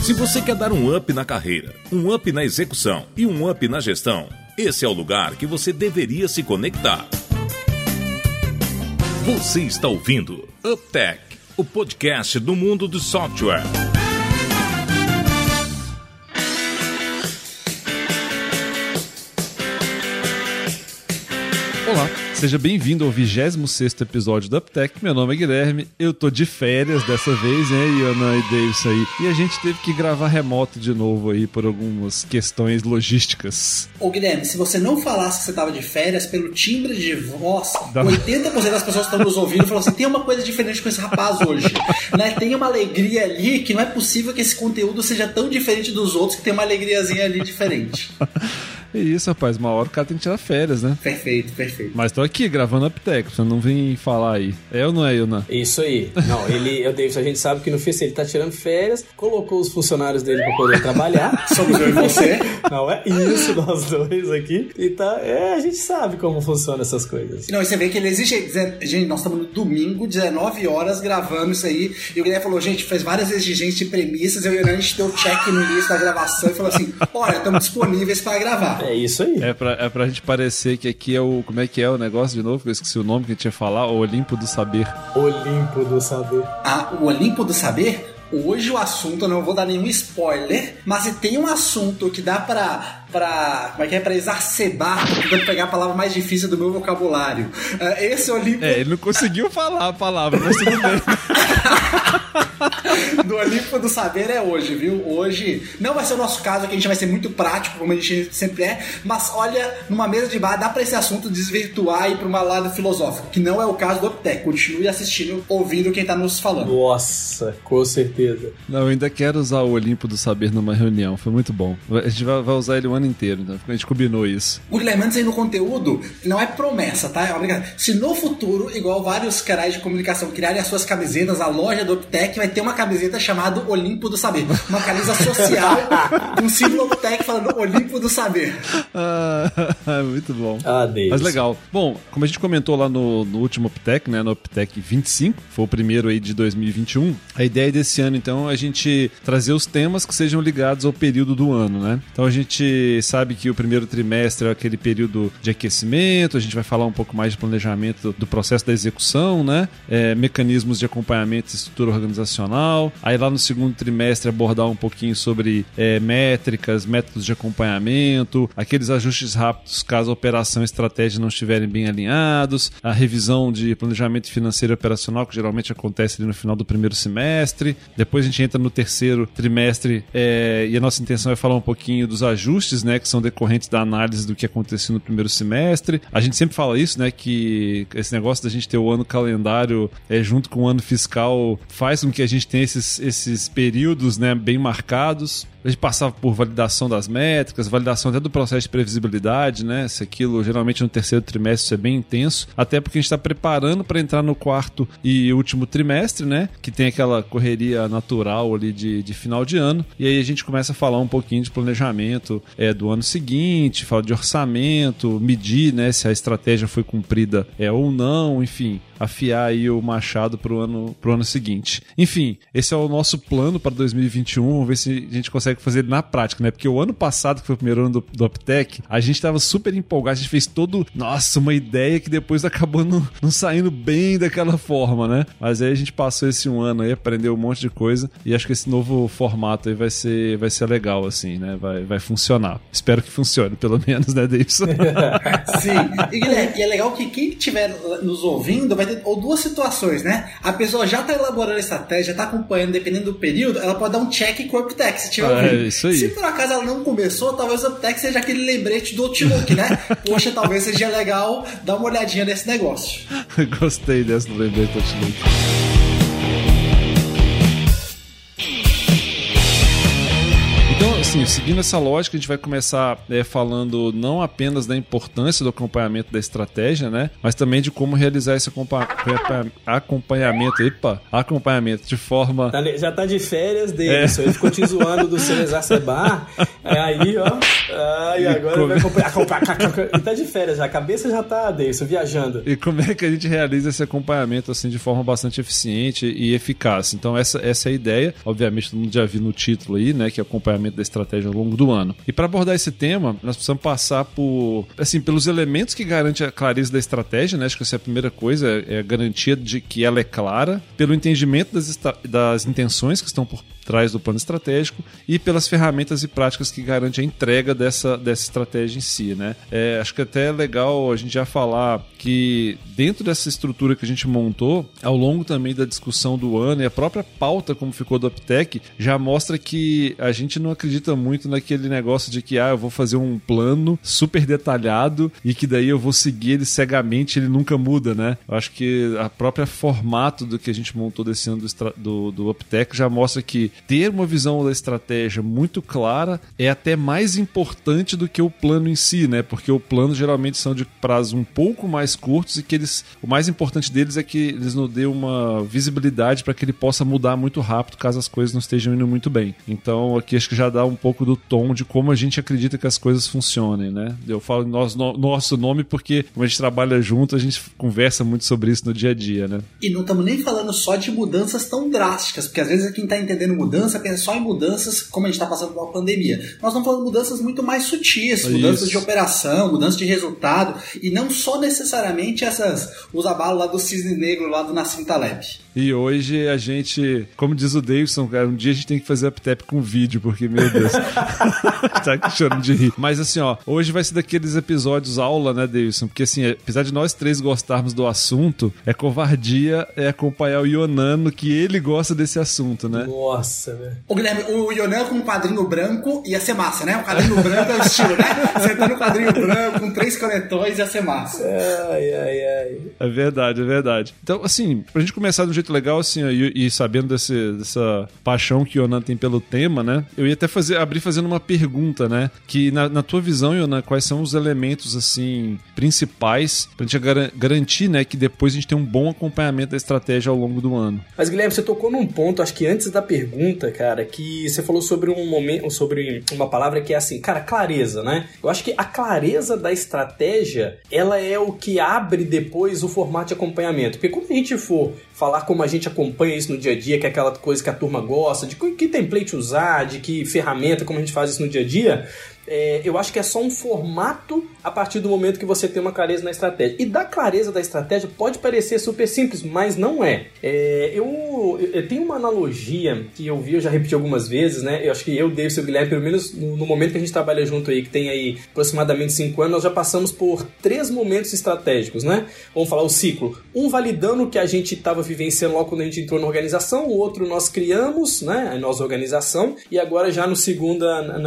Se você quer dar um up na carreira, um up na execução e um up na gestão, esse é o lugar que você deveria se conectar. Você está ouvindo UpTech, o podcast do mundo do software. Olá, seja bem-vindo ao 26º episódio do UpTech. Meu nome é Guilherme, eu tô de férias dessa vez, né, Iana e Davidson aí. E a gente teve que gravar remoto de novo aí por algumas questões logísticas. Ô Guilherme, se você não falasse que você tava de férias, pelo timbre de voz, 80% das pessoas que estão nos ouvindo falam assim, tem uma coisa diferente com esse rapaz hoje, né? Tem uma alegria ali que não é possível que esse conteúdo seja tão diferente dos outros, que tem uma alegriazinha ali diferente. É isso, rapaz, uma hora o cara tem que tirar férias, né? Perfeito. Mas tô aqui gravando UpTech, você não vem falar aí. É ou não é, Iana? Isso aí. Não, o Davidson, a gente sabe que no FIC ele tá tirando férias, colocou os funcionários dele pra poder trabalhar. Somos eu e você. Não é isso, nós dois aqui. E tá, a gente sabe como funcionam essas coisas. Não, e você vê que ele exige... Gente, nós estamos no domingo, 19 horas, gravando isso aí. E o Guilherme falou, gente, fez várias exigências de premissas. Eu e o Iana, a gente deu check no início da gravação e falou assim, olha, estamos disponíveis para gravar. É isso aí. É pra gente parecer que aqui é o... Como é que é o negócio de novo? Eu esqueci o nome que a gente ia falar. O Olimpo do Saber. Olimpo do Saber. Ah, o Olimpo do Saber? Hoje o assunto, eu não vou dar nenhum spoiler, mas se tem um assunto que dá pra exacerbar, tô tentando pegar a palavra mais difícil do meu vocabulário. Esse Olimpo... ele não conseguiu falar a palavra, mas tudo bem. Do Olimpo do Saber é hoje, viu? Hoje não vai ser o nosso caso, que a gente vai ser muito prático, como a gente sempre é, mas olha, numa mesa de bar dá pra esse assunto desvirtuar e ir pra um lado filosófico, que não é o caso do UpTech. Continue assistindo, ouvindo quem tá nos falando. Nossa, com certeza. Não, eu ainda quero usar o Olimpo do Saber numa reunião, foi muito bom. A gente vai usar ele o ano inteiro, então a gente combinou isso. O Guilherme, antes aí no conteúdo, não é promessa, tá? É obrigado. Se no futuro, igual vários canais de comunicação criarem as suas camisetas, a loja do UpTech vai ter uma camiseta chamada Olimpo do Saber. Uma camisa social, um símbolo UpTech falando Olimpo do Saber. Muito bom. Deus. Mas legal. Bom, como a gente comentou lá no último UpTech, né, no UpTech 25, foi o primeiro aí de 2021, a ideia desse ano, então, é a gente trazer os temas que sejam ligados ao período do ano, né? Então a gente sabe que o primeiro trimestre é aquele período de aquecimento, a gente vai falar um pouco mais de planejamento do processo da execução, né? Mecanismos de acompanhamento e estrutura organizacional. Aí lá no segundo trimestre abordar um pouquinho sobre métricas, métodos de acompanhamento, aqueles ajustes rápidos caso a operação e estratégia não estiverem bem alinhados, a revisão de planejamento financeiro e operacional, que geralmente acontece ali no final do primeiro semestre. Depois a gente entra no terceiro trimestre e a nossa intenção é falar um pouquinho dos ajustes, né, que são decorrentes da análise do que aconteceu no primeiro semestre. A gente sempre fala isso, né, que esse negócio da gente ter o ano calendário junto com o ano fiscal faz com que a gente tenha esses períodos, né, bem marcados. A gente passava por validação das métricas, validação até do processo de previsibilidade, né? Se aquilo, geralmente no terceiro trimestre, isso é bem intenso, até porque a gente está preparando para entrar no quarto e último trimestre, né? Que tem aquela correria natural ali de final de ano, e aí a gente começa a falar um pouquinho de planejamento do ano seguinte, fala de orçamento, medir, né, se a estratégia foi cumprida ou não, enfim, afiar aí o machado pro ano seguinte. Enfim, esse é o nosso plano para 2021, vamos ver se a gente consegue fazer ele na prática, né? Porque o ano passado, que foi o primeiro ano do UpTech, a gente tava super empolgado, a gente fez uma ideia que depois acabou não saindo bem daquela forma, né? Mas aí a gente passou esse um ano aí, aprendeu um monte de coisa, e acho que esse novo formato aí vai ser legal, assim, né? Vai funcionar. Espero que funcione, pelo menos, né, Davidson? Sim. E, Guilherme, e é legal que quem estiver nos ouvindo vai ter duas situações, né? A pessoa já tá elaborando a estratégia, já tá acompanhando, dependendo do período, ela pode dar um check com o UpTech, se tiver ouvindo. Isso aí. Se por acaso ela não começou, talvez o UpTech seja aquele lembrete do Outlook, né? Poxa, talvez seja legal dar uma olhadinha nesse negócio. Gostei dessa do lembrete do Outlook. Então, assim, seguindo essa lógica, a gente vai começar falando não apenas da importância do acompanhamento da estratégia, né? Mas também de como realizar esse acompanhamento de forma... Já tá de férias, Davidson. Ele ficou te zoando do seu exacerbar. Aí, ó. E agora vai acompanhar. E tá de férias já, a cabeça já tá, Deilson, viajando. E como é que a gente realiza esse acompanhamento assim de forma bastante eficiente e eficaz? Então essa é a ideia. Obviamente todo mundo já viu no título aí, né, que é o acompanhamento da estratégia ao longo do ano. E para abordar esse tema, nós precisamos passar pelos elementos que garantem a clareza da estratégia, né? Acho que essa é a primeira coisa, é a garantia de que ela é clara, pelo entendimento das intenções que estão por trás do plano estratégico e pelas ferramentas e práticas que garantem a entrega dessa estratégia em si, né? Acho que até é legal a gente já falar que dentro dessa estrutura que a gente montou, ao longo também da discussão do ano e a própria pauta como ficou do UpTech, já mostra que a gente não acredita muito naquele negócio de que eu vou fazer um plano super detalhado e que daí eu vou seguir ele cegamente, ele nunca muda, né? Eu acho que a própria formato do que a gente montou desse ano do UpTech já mostra que ter uma visão da estratégia muito clara é até mais importante do que o plano em si, né? Porque o plano geralmente são de prazos um pouco mais curtos e que o mais importante deles é que eles nos dêem uma visibilidade para que ele possa mudar muito rápido caso as coisas não estejam indo muito bem. Então aqui acho que já dá um pouco do tom de como a gente acredita que as coisas funcionem, né? Eu falo nosso nome porque como a gente trabalha junto, a gente conversa muito sobre isso no dia a dia, né? E não estamos nem falando só de mudanças tão drásticas, porque às vezes quem está entendendo mudança pensa só em mudanças como a gente está passando por uma pandemia. Nós estamos falando de mudanças muito mais sutis, mudanças de operação, mudanças de resultado, e não só necessariamente os abalos lá do cisne negro lá do Nassim Taleb. E hoje a gente, como diz o Davidson, cara, um dia a gente tem que fazer UpTech com vídeo, porque, meu Deus, tá aqui chorando de rir. Mas assim, hoje vai ser daqueles episódios aula, né, Davidson? Porque assim, apesar de nós três gostarmos do assunto, covardia acompanhar o Ionano, que ele gosta desse assunto, né? Nossa, velho. Ô Guilherme, o Ionano com um quadrinho branco ia ser massa, né? Um quadrinho branco é o estilo, né? Sentando um quadrinho branco com 3 canetões ia ser massa. Ai. É verdade. Então, assim, pra gente começar de um jeito legal, assim, e sabendo dessa paixão que o Ionan tem pelo tema, né? Eu ia até abrir fazendo uma pergunta, né? Que na tua visão, Ionan, quais são os elementos, assim, principais pra gente garantir, né, que depois a gente tem um bom acompanhamento da estratégia ao longo do ano? Mas, Guilherme, você tocou num ponto, acho que antes da pergunta, cara, que você falou sobre sobre uma palavra que é assim, cara, clareza, né? Eu acho que a clareza da estratégia, ela é o que abre depois o formato de acompanhamento. Porque quando a gente for falar como a gente acompanha isso no dia a dia, que é aquela coisa que a turma gosta, de que template usar, de que ferramenta, como a gente faz isso no dia a dia, eu acho que é só um formato a partir do momento que você tem uma clareza na estratégia. E da clareza da estratégia pode parecer super simples, mas não é. Eu tenho uma analogia que eu já repeti algumas vezes, né? Eu acho que eu, Davidson e o Guilherme, pelo menos no momento que a gente trabalha junto aí, que tem aí aproximadamente 5 anos, nós já passamos por 3 momentos estratégicos, né? Vamos falar o ciclo. Um validando o que a gente estava vivenciando logo quando a gente entrou na organização, o outro nós criamos, né? A nossa organização, e agora já no segundo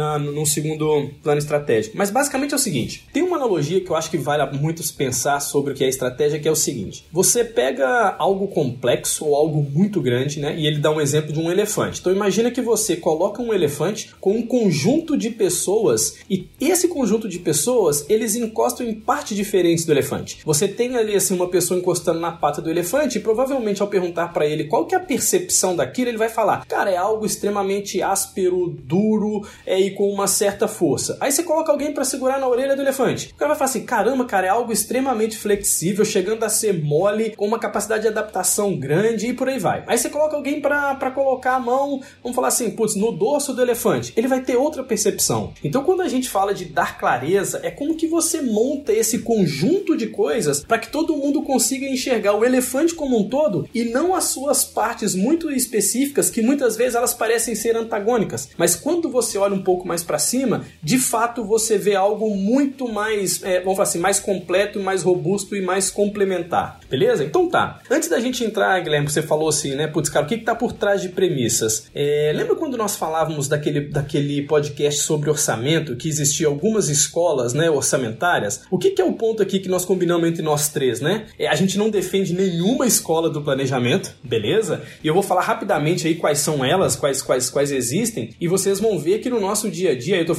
plano estratégico. Mas basicamente é o seguinte, tem uma analogia que eu acho que vale muito se pensar sobre o que é estratégia, que é o seguinte, você pega algo complexo ou algo muito grande, né, e ele dá um exemplo de um elefante. Então imagina que você coloca um elefante com um conjunto de pessoas e esse conjunto de pessoas, eles encostam em partes diferentes do elefante. Você tem ali assim uma pessoa encostando na pata do elefante e provavelmente ao perguntar para ele qual que é a percepção daquilo, ele vai falar, cara, é algo extremamente áspero, duro e com uma certa força. Aí você coloca alguém para segurar na orelha do elefante. O cara vai falar assim, caramba, cara, é algo extremamente flexível, chegando a ser mole, com uma capacidade de adaptação grande e por aí vai. Aí você coloca alguém para colocar a mão, vamos falar assim, putz, no dorso do elefante. Ele vai ter outra percepção. Então quando a gente fala de dar clareza, é como que você monta esse conjunto de coisas para que todo mundo consiga enxergar o elefante como um todo e não as suas partes muito específicas que muitas vezes elas parecem ser antagônicas. Mas quando você olha um pouco mais para cima, de fato você vê algo muito mais, vamos falar assim, mais completo, mais robusto e mais complementar. Beleza? Então tá. Antes da gente entrar, Guilherme, você falou assim, né? Putz, cara, o que tá por trás de premissas? Lembra quando nós falávamos daquele podcast sobre orçamento, que existia algumas escolas, né, orçamentárias? O que é o ponto aqui que nós combinamos entre nós três, né? A gente não defende nenhuma escola do planejamento, beleza? E eu vou falar rapidamente aí quais são elas, quais existem, e vocês vão ver que no nosso dia a dia, eu tô falando aí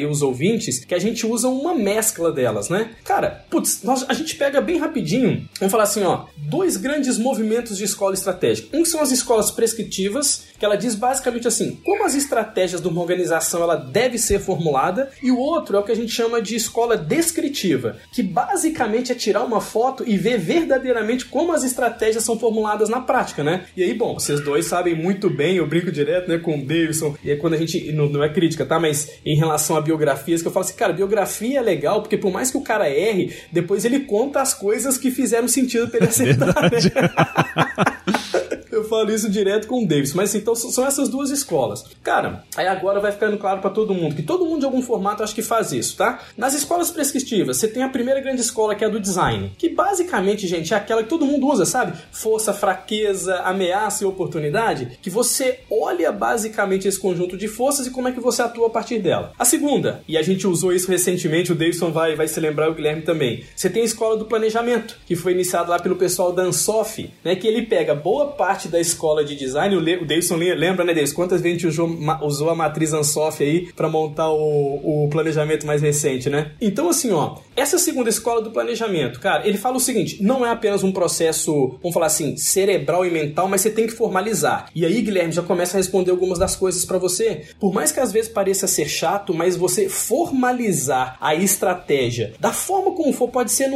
os ouvintes que a gente usa uma mescla delas, né? Cara, a gente pega bem rapidinho, vamos falar assim, ó, 2 grandes movimentos de escola estratégica. Um que são as escolas prescritivas, que ela diz basicamente assim, como as estratégias de uma organização ela deve ser formulada, e o outro é o que a gente chama de escola descritiva, que basicamente é tirar uma foto e ver verdadeiramente como as estratégias são formuladas na prática, né? E aí, bom, vocês dois sabem muito bem, eu brinco direto, né, com o Davidson, e é quando a gente, não é crítica, tá? Mas em relação a biografias, que eu falo assim, cara, biografia é legal, porque por mais que o cara erre, depois ele conta as coisas que fizeram sentido pra ele acertar, né? Eu falo isso direto com o Davis. Mas então são essas 2 escolas. Cara, aí agora vai ficando claro pra todo mundo que todo mundo de algum formato acho que faz isso, tá? Nas escolas prescritivas, você tem a primeira grande escola que é a do design, que basicamente, gente, é aquela que todo mundo usa, sabe? Força, fraqueza, ameaça e oportunidade, que você olha basicamente esse conjunto de forças e como é que você atua a partir dela. A segunda, e a gente usou isso recentemente, o Davidson vai se lembrar, o Guilherme também, você tem a escola do planejamento, que foi iniciada lá pelo pessoal da Ansoff, né? Que ele pega boa parte da escola de design, o Davidson lembra, né, Davidson? Quantas vezes a gente usou a matriz Ansoff aí pra montar o planejamento mais recente, né? Então, assim, ó, essa segunda escola do planejamento, cara, ele fala o seguinte, não é apenas um processo, vamos falar assim, cerebral e mental, mas você tem que formalizar. E aí, Guilherme, já começa a responder algumas das coisas pra você. Por mais que às vezes pareça ser chato, mas você formalizar a estratégia da forma como for, pode ser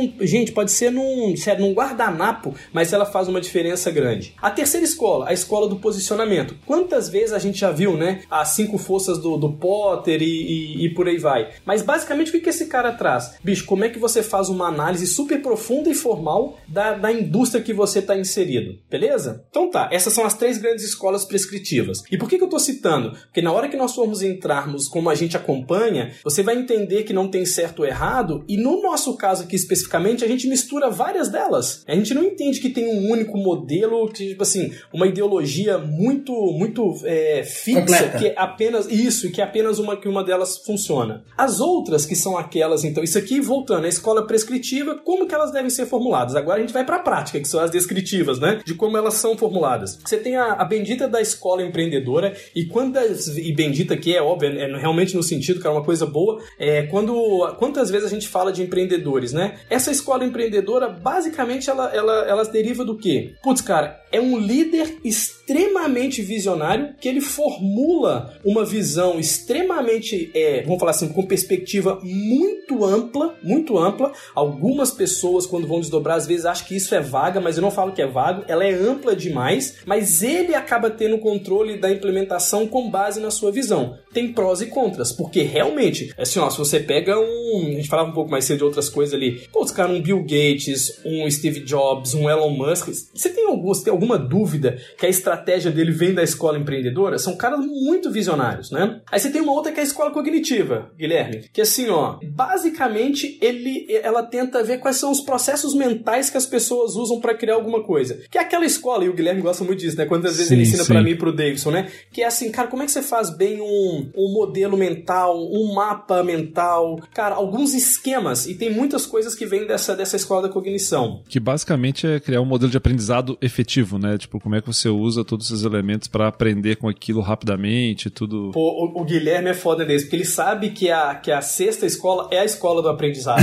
num guardanapo, mas ela faz uma diferença grande. A terceira escola, a escola do posicionamento. Quantas vezes a gente já viu, né, as 5 forças do Potter e por aí vai. Mas basicamente o que esse cara traz? Bicho, como é que você faz uma análise super profunda e formal da indústria que você está inserido? Beleza? Então tá, essas são as 3 grandes escolas prescritivas. E por que eu tô citando? Porque na hora que nós formos entrarmos como a gente acompanha, você vai entender que não tem certo ou errado, e no nosso caso aqui especificamente, a gente mistura várias delas. A gente não entende que tem um único modelo, tipo assim, uma ideologia muito fixa, completa, que é apenas isso, e que é apenas uma delas funciona. As outras que são aquelas, então, isso aqui voltando, a escola prescritiva, como que elas devem ser formuladas? Agora a gente vai para a prática, que são as descritivas, né? De como elas são formuladas. Você tem a bendita da escola empreendedora, e bendita que é óbvio, é realmente no sentido que é uma coisa boa, quantas vezes a gente fala de empreendedores, né? Essa escola empreendedora, basicamente, ela deriva do quê? Putz, cara, é um líder extremamente visionário que ele formula uma visão extremamente, vamos falar assim, com perspectiva muito ampla. Algumas pessoas, quando vão desdobrar, às vezes acham que isso é vaga, mas eu não falo que é vago, ela é ampla demais, mas ele acaba tendo controle da implementação com base na sua visão. Tem prós e contras, porque realmente, assim, ó, se você pega a gente falava um pouco mais cedo de outras coisas ali, pô, os caras, um Bill Gates, um Steve Jobs, um Elon Musk, você tem alguma dúvida que a estratégia dele vem da escola empreendedora? São caras muito visionários, né? Aí você tem uma outra que é a escola cognitiva, Guilherme, que assim, ó, basicamente ela tenta ver quais são os processos mentais que as pessoas usam para criar alguma coisa. Que é aquela escola, e o Guilherme gosta muito disso, né? Quantas vezes ele ensina para mim e pro Davidson, né? Que é assim, cara, como é que você faz bem um modelo mental, um mapa mental, cara, alguns esquemas, e tem muitas coisas que vêm dessa escola da cognição. Que basicamente é criar um modelo de aprendizado efetivo, né? Tipo, como é que você usa todos esses elementos para aprender com aquilo rapidamente, tudo... Pô, o Guilherme é foda desse, porque ele sabe que a sexta escola é a escola do aprendizado.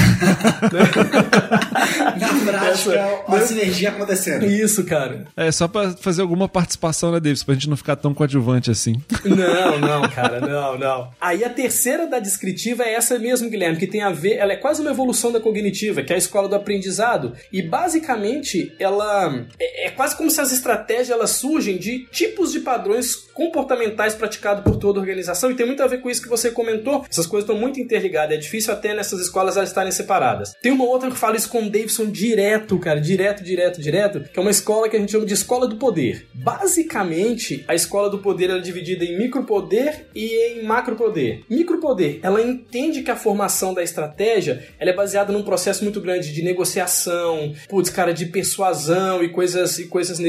Na prática, a sinergia acontecendo. Isso, cara. É só pra fazer alguma participação, né, Davis? Pra gente não ficar tão coadjuvante assim. Não, cara, não. Aí a terceira da descritiva é essa mesmo, Guilherme, que tem a ver, ela é quase uma evolução da cognitiva, que é a escola do aprendizado, e basicamente ela é quase como se as estratégias elas surgem de tipos de padrões comportamentais praticados por toda a organização, e tem muito a ver com isso que você comentou. Essas coisas estão muito interligadas, é difícil até nessas escolas elas estarem separadas. Tem uma outra que fala isso com o Davidson direto, cara, direto, que é uma escola que a gente chama de escola do poder. Basicamente, a escola do poder é dividida em micropoder e em macropoder. Micropoder, ela entende que a formação da estratégia ela é baseada num processo muito grande de negociação, de persuasão e coisas nesse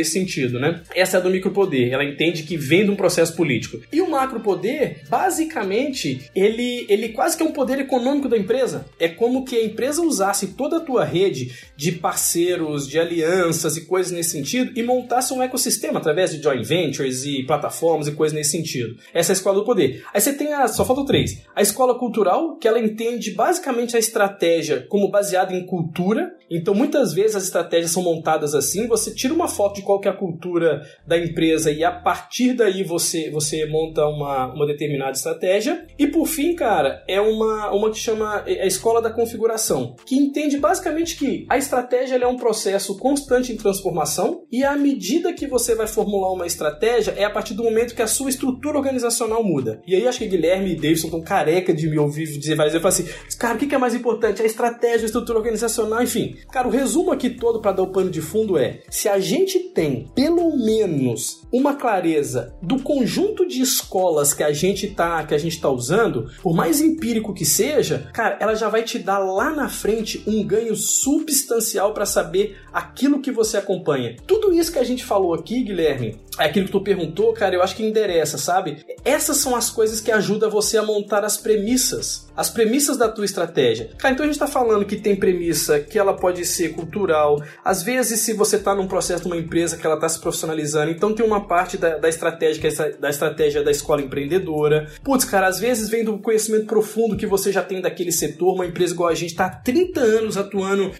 nesse sentido, né? Essa é a do micropoder, ela entende que vem de um processo político. E o macropoder, basicamente, ele quase que é um poder econômico da empresa. É como que a empresa usasse toda a tua rede de parceiros, de alianças e coisas nesse sentido e montasse um ecossistema através de joint ventures e plataformas e coisas nesse sentido. Essa é a escola do poder. Aí você tem só faltam 3. A escola cultural, que ela entende basicamente a estratégia como baseada em cultura. Então, muitas vezes as estratégias são montadas assim, você tira uma foto de qual que é a cultura da empresa e a partir daí você monta uma determinada estratégia. E por fim, cara, é uma que chama a escola da configuração, que entende basicamente que a estratégia ela é um processo constante em transformação e à medida que você vai formular uma estratégia é a partir do momento que a sua estrutura organizacional muda. E aí acho que Guilherme e Davidson estão careca de me ouvir dizer várias vezes, eu falo assim, cara, o que é mais importante? A estratégia, a estrutura organizacional, enfim. Cara, o resumo aqui todo para dar o pano de fundo é, se a gente tem pelo menos uma clareza do conjunto de escolas que a gente tá usando, por mais empírico que seja, cara, ela já vai te dar lá na frente um ganho substancial para saber aquilo que você acompanha. Tudo isso que a gente falou aqui, Guilherme, é aquilo que tu perguntou, cara, eu acho que endereça, sabe? Essas são as coisas que ajudam você a montar as premissas da tua estratégia. Cara, então a gente tá falando que tem premissa que ela pode ser cultural, às vezes se você tá num processo de uma empresa que ela tá se profissionalizando, então tem uma parte da estratégia que é da estratégia da escola empreendedora. Putz, cara, às vezes vem do conhecimento profundo que você já tem daquele setor, uma empresa igual a gente tá há 30 anos atuando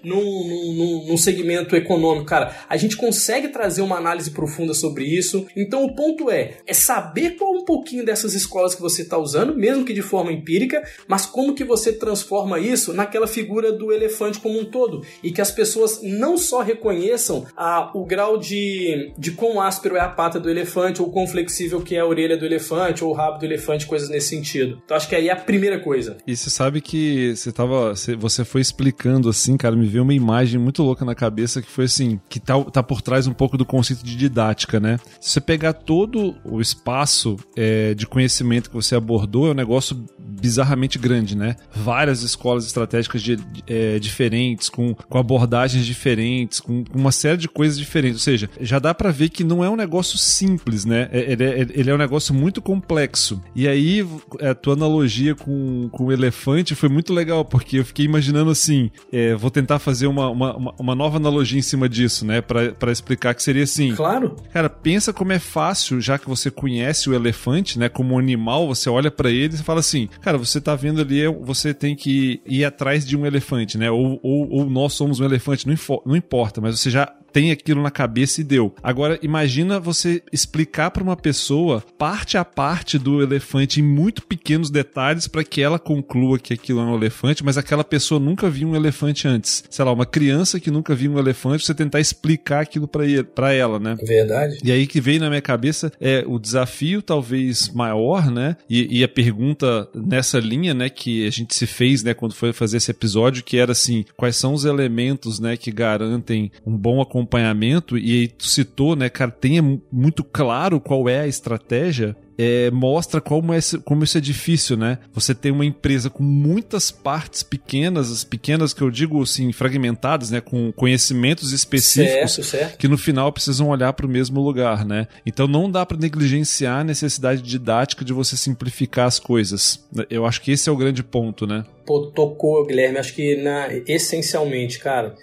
num segmento econômico, cara, a gente consegue trazer uma análise profunda sobre isso. Então o ponto é saber qual um pouquinho dessas escolas que você está usando, mesmo que de forma empírica, mas como que você transforma isso naquela figura do elefante como um todo, e que as pessoas não só reconheçam o grau de quão áspero é a pata do elefante, ou quão flexível que é a orelha do elefante, ou o rabo do elefante, coisas nesse sentido. Então acho que aí é a primeira coisa. E você sabe que você foi explicando assim, cara, me veio uma imagem muito louca na cabeça que foi assim, que tá por trás um pouco do conceito de didática, né? Se você pegar todo o espaço de conhecimento que você abordou, é um negócio bizarramente grande, né? Várias escolas estratégicas diferentes, com abordagens diferentes, com uma série de coisas diferentes. Ou seja, já dá pra ver que não é um negócio simples, né? Ele é um negócio muito complexo. E aí, a tua analogia com o elefante foi muito legal, porque eu fiquei imaginando assim, vou tentar fazer uma nova analogia em cima disso, né? Pra explicar que seria assim. Claro. Cara, pensa como é fácil, já que você conhece o elefante, né? Como um animal, você olha pra ele e fala assim, cara, você tá vendo ali, você tem que ir atrás de um elefante, né? Ou nós somos um elefante, não importa, mas você já tem aquilo na cabeça e deu. Agora, imagina você explicar para uma pessoa parte a parte do elefante em muito pequenos detalhes para que ela conclua que aquilo é um elefante, mas aquela pessoa nunca viu um elefante antes. Sei lá, uma criança que nunca viu um elefante, você tentar explicar aquilo para ela, né? Verdade. E aí que veio na minha cabeça o desafio talvez maior, né? E a pergunta nessa linha, né, que a gente se fez, né, quando foi fazer esse episódio, que era assim, quais são os elementos, né, que garantem um bom acompanhamento, e aí tu citou, né, cara, tenha muito claro qual é a estratégia, mostra como isso é difícil, né? Você tem uma empresa com muitas partes pequenas, as pequenas que eu digo assim, fragmentadas, né? Com conhecimentos específicos certo. Que no final precisam olhar para o mesmo lugar, né? Então não dá para negligenciar a necessidade didática de você simplificar as coisas. Eu acho que esse é o grande ponto, né? Pô, tocou, Guilherme, acho que essencialmente, cara,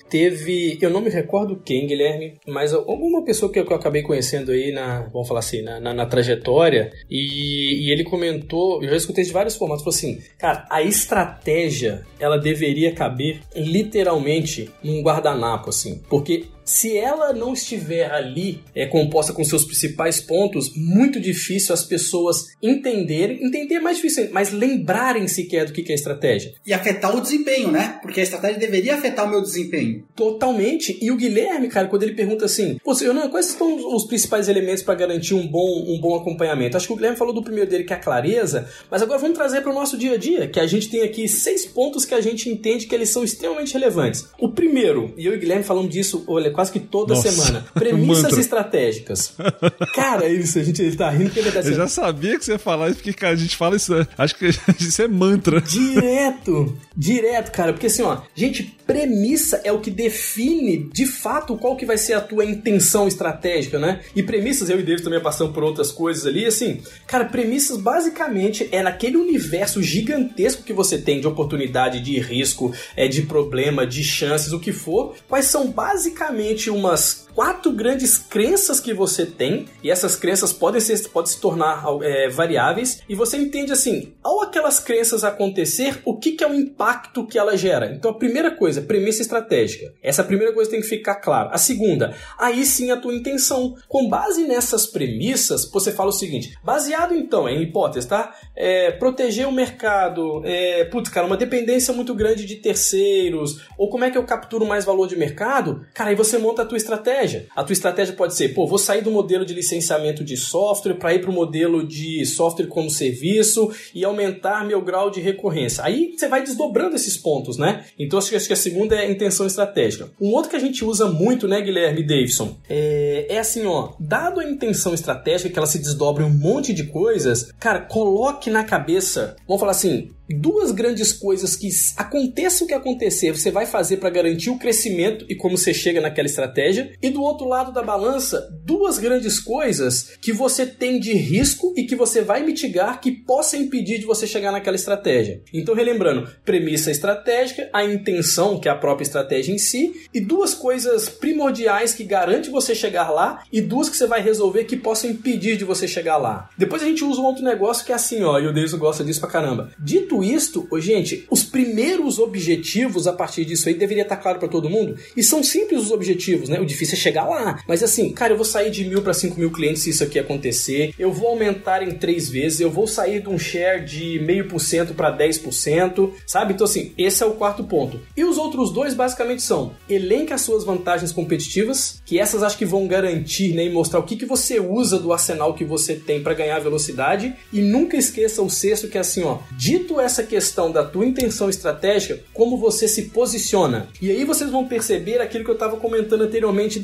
eu não me recordo quem, Guilherme, mas alguma pessoa que eu acabei conhecendo aí vamos falar assim, na trajetória, e ele comentou, eu já escutei de vários formatos, falou assim, cara, a estratégia, ela deveria caber literalmente num guardanapo, assim, porque se ela não estiver ali, composta com seus principais pontos, muito difícil as pessoas entender é mais difícil, mas lembrarem sequer do que é estratégia. E afetar o desempenho, né? Porque a estratégia deveria afetar o meu desempenho. Totalmente. E o Guilherme, cara, quando ele pergunta assim, quais são os principais elementos para garantir um bom acompanhamento? Acho que o Guilherme falou do primeiro dele, que é a clareza, mas agora vamos trazer para o nosso dia a dia, que a gente tem aqui 6 pontos que a gente entende que eles são extremamente relevantes. O primeiro, e eu e o Guilherme falamos disso, olha, quase que toda semana. Premissas estratégicas. Cara, isso, ele tá rindo que é verdade. Eu já sabia que você ia falar isso, porque, cara, a gente fala isso, acho que isso é mantra. Direto, cara, porque assim, ó, gente, premissa é o que define, de fato, qual que vai ser a tua intenção estratégica, né? E premissas, eu e David também passamos por outras coisas ali, assim, cara, premissas basicamente é naquele universo gigantesco que você tem de oportunidade, de risco, de problema, de chances, o que for, quais são basicamente umas 4 grandes crenças que você tem, e essas crenças podem se tornar variáveis, e você entende assim, ao aquelas crenças acontecer, o que é o impacto que ela gera. Então a primeira coisa, premissa estratégica. Essa primeira coisa tem que ficar clara. A segunda, aí sim a tua intenção. Com base nessas premissas, você fala o seguinte, baseado então em hipótese, tá? Proteger o mercado, uma dependência muito grande de terceiros, ou como é que eu capturo mais valor de mercado? Cara, aí você monta a tua estratégia. A tua estratégia pode ser, vou sair do modelo de licenciamento de software para ir para o modelo de software como serviço e aumentar meu grau de recorrência. Aí você vai desdobrando esses pontos, né? Então acho que a segunda é a intenção estratégica. Um outro que a gente usa muito, né, Guilherme e Davidson, é assim, ó, dado a intenção estratégica que ela se desdobra em um monte de coisas, cara, coloque na cabeça, vamos falar assim, 2 grandes coisas que aconteça o que acontecer, você vai fazer para garantir o crescimento e como você chega naquela estratégia. E do outro lado da balança, 2 grandes coisas que você tem de risco e que você vai mitigar que possa impedir de você chegar naquela estratégia. Então, relembrando, premissa estratégica, a intenção, que é a própria estratégia em si, e 2 coisas primordiais que garante você chegar lá e 2 que você vai resolver que possam impedir de você chegar lá. Depois a gente usa um outro negócio que é assim, ó, e o Deus gosta disso pra caramba. Dito isto, gente, os primeiros objetivos a partir disso aí deveria estar claro para todo mundo, e são simples os objetivos, né? O difícil é chegar lá, mas assim, cara, eu vou sair de 1.000 para 5.000 clientes se isso aqui acontecer, eu vou aumentar em 3 vezes, eu vou sair de um share de 0,5% para 10%, sabe? Então assim, esse é o 4º ponto. E os outros 2 basicamente são, elenque as suas vantagens competitivas, que essas acho que vão garantir, né, e mostrar o que você usa do arsenal que você tem para ganhar velocidade, e nunca esqueça o 6º, que é assim, ó, dito essa questão da tua intenção estratégica, como você se posiciona. E aí vocês vão perceber aquilo que eu estava comentando anteriormente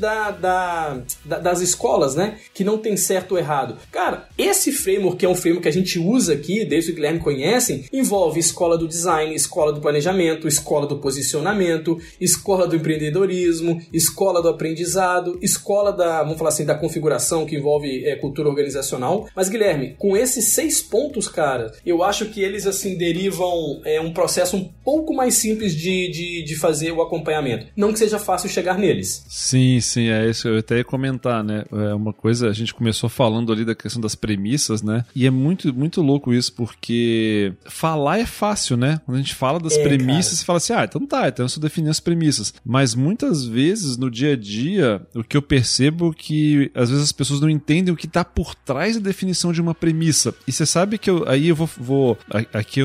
das escolas, né? Que não tem certo ou errado. Cara, esse framework, que é um framework que a gente usa aqui, desde o Guilherme conhecem, envolve escola do design, escola do planejamento, escola do posicionamento, escola do empreendedorismo, escola do aprendizado, escola vamos falar assim, da configuração, que envolve cultura organizacional. Mas, Guilherme, com esses 6 pontos, cara, eu acho que eles, assim, derivam um processo um pouco mais simples de fazer o acompanhamento. Não que seja fácil chegar neles. Sim, é isso que eu até ia comentar, né? É uma coisa, a gente começou falando ali da questão das premissas, né? E é muito, muito louco isso, porque falar é fácil, né? Quando a gente fala das premissas, você fala assim, então eu só defini as premissas. Mas muitas vezes, no dia a dia, o que eu percebo é que às vezes as pessoas não entendem o que está por trás da definição de uma premissa. E você sabe que aí eu vou aqui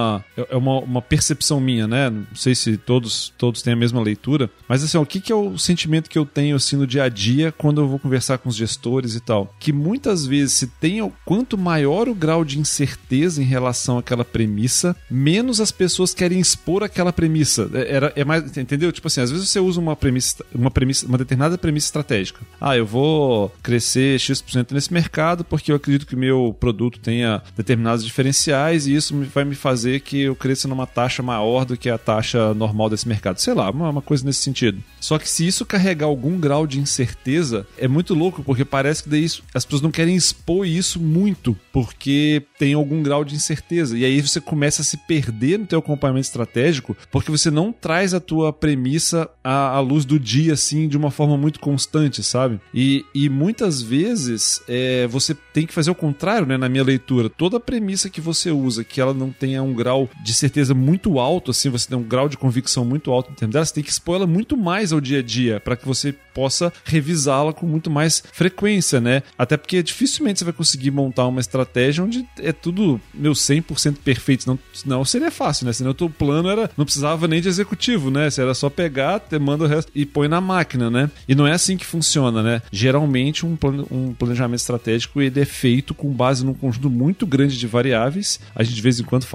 é uma percepção minha, né? Não sei se todos têm a mesma leitura, mas assim, o que é o sentimento que eu tenho assim no dia a dia quando eu vou conversar com os gestores e tal? Que muitas vezes quanto maior o grau de incerteza em relação àquela premissa, menos as pessoas querem expor aquela premissa. É mais, entendeu? Tipo assim, às vezes você usa uma determinada premissa estratégica. Eu vou crescer X% nesse mercado porque eu acredito que o meu produto tenha determinados diferenciais e isso vai me fazer que eu cresça numa taxa maior do que a taxa normal desse mercado. Sei lá, uma coisa nesse sentido. Só que se isso carregar algum grau de incerteza, é muito louco, porque parece que daí as pessoas não querem expor isso muito, porque tem algum grau de incerteza. E aí você começa a se perder no teu acompanhamento estratégico, porque você não traz a tua premissa à luz do dia, assim, de uma forma muito constante, sabe? E muitas vezes você tem que fazer o contrário, né? Na minha leitura, toda premissa que você usa, que ela não tenha um grau de certeza muito alto, assim, você tem um grau de convicção muito alto em termos dela, você tem que expor ela muito mais ao dia a dia, para que você possa revisá-la com muito mais frequência, né? Até porque dificilmente você vai conseguir montar uma estratégia onde é tudo 100% perfeito, não seria fácil, né? Senão o teu plano não precisava nem de executivo, né? Você era só pegar, manda o resto e põe na máquina, né? E não é assim que funciona, né? Geralmente um planejamento estratégico ele é feito com base num conjunto muito grande de variáveis. A gente de vez em quando fala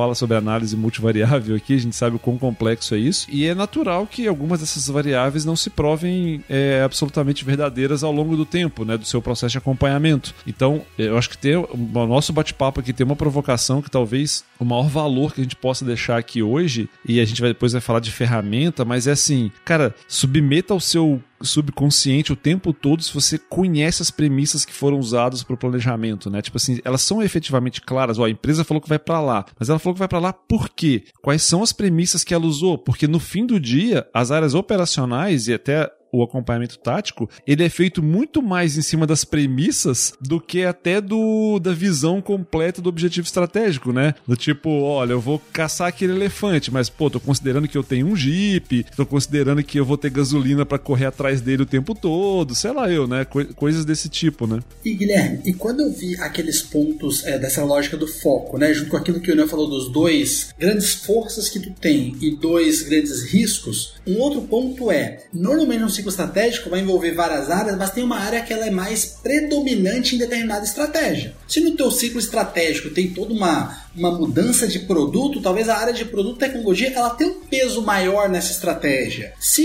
fala sobre análise multivariável aqui, a gente sabe o quão complexo é isso, e é natural que algumas dessas variáveis não se provem absolutamente verdadeiras ao longo do tempo, né, do seu processo de acompanhamento. Então, eu acho que o nosso bate-papo aqui tem uma provocação que talvez o maior valor que a gente possa deixar aqui hoje, e a gente depois vai falar de ferramenta, mas é assim, cara, submeta ao seu subconsciente o tempo todo se você conhece as premissas que foram usadas para o planejamento, né? Tipo assim, elas são efetivamente claras. Ó, a empresa falou que vai para lá, mas ela falou que vai para lá por quê? Quais são as premissas que ela usou? Porque no fim do dia, as áreas operacionais e até o acompanhamento tático, ele é feito muito mais em cima das premissas do que até da visão completa do objetivo estratégico, né? Do tipo, olha, eu vou caçar aquele elefante, mas, pô, tô considerando que eu tenho um Jeep, tô considerando que eu vou ter gasolina pra correr atrás dele o tempo todo, sei lá eu, né? Coisas desse tipo, né? E, Guilherme, e quando eu vi aqueles pontos dessa lógica do foco, né? Junto com aquilo que o Ian falou dos 2 grandes forças que tu tem e 2 grandes riscos, um outro ponto normalmente no ciclo estratégico vai envolver várias áreas, mas tem uma área que ela é mais predominante em determinada estratégia. Se no teu ciclo estratégico tem toda uma mudança de produto, talvez a área de produto e tecnologia ela tenha um peso maior nessa estratégia. Se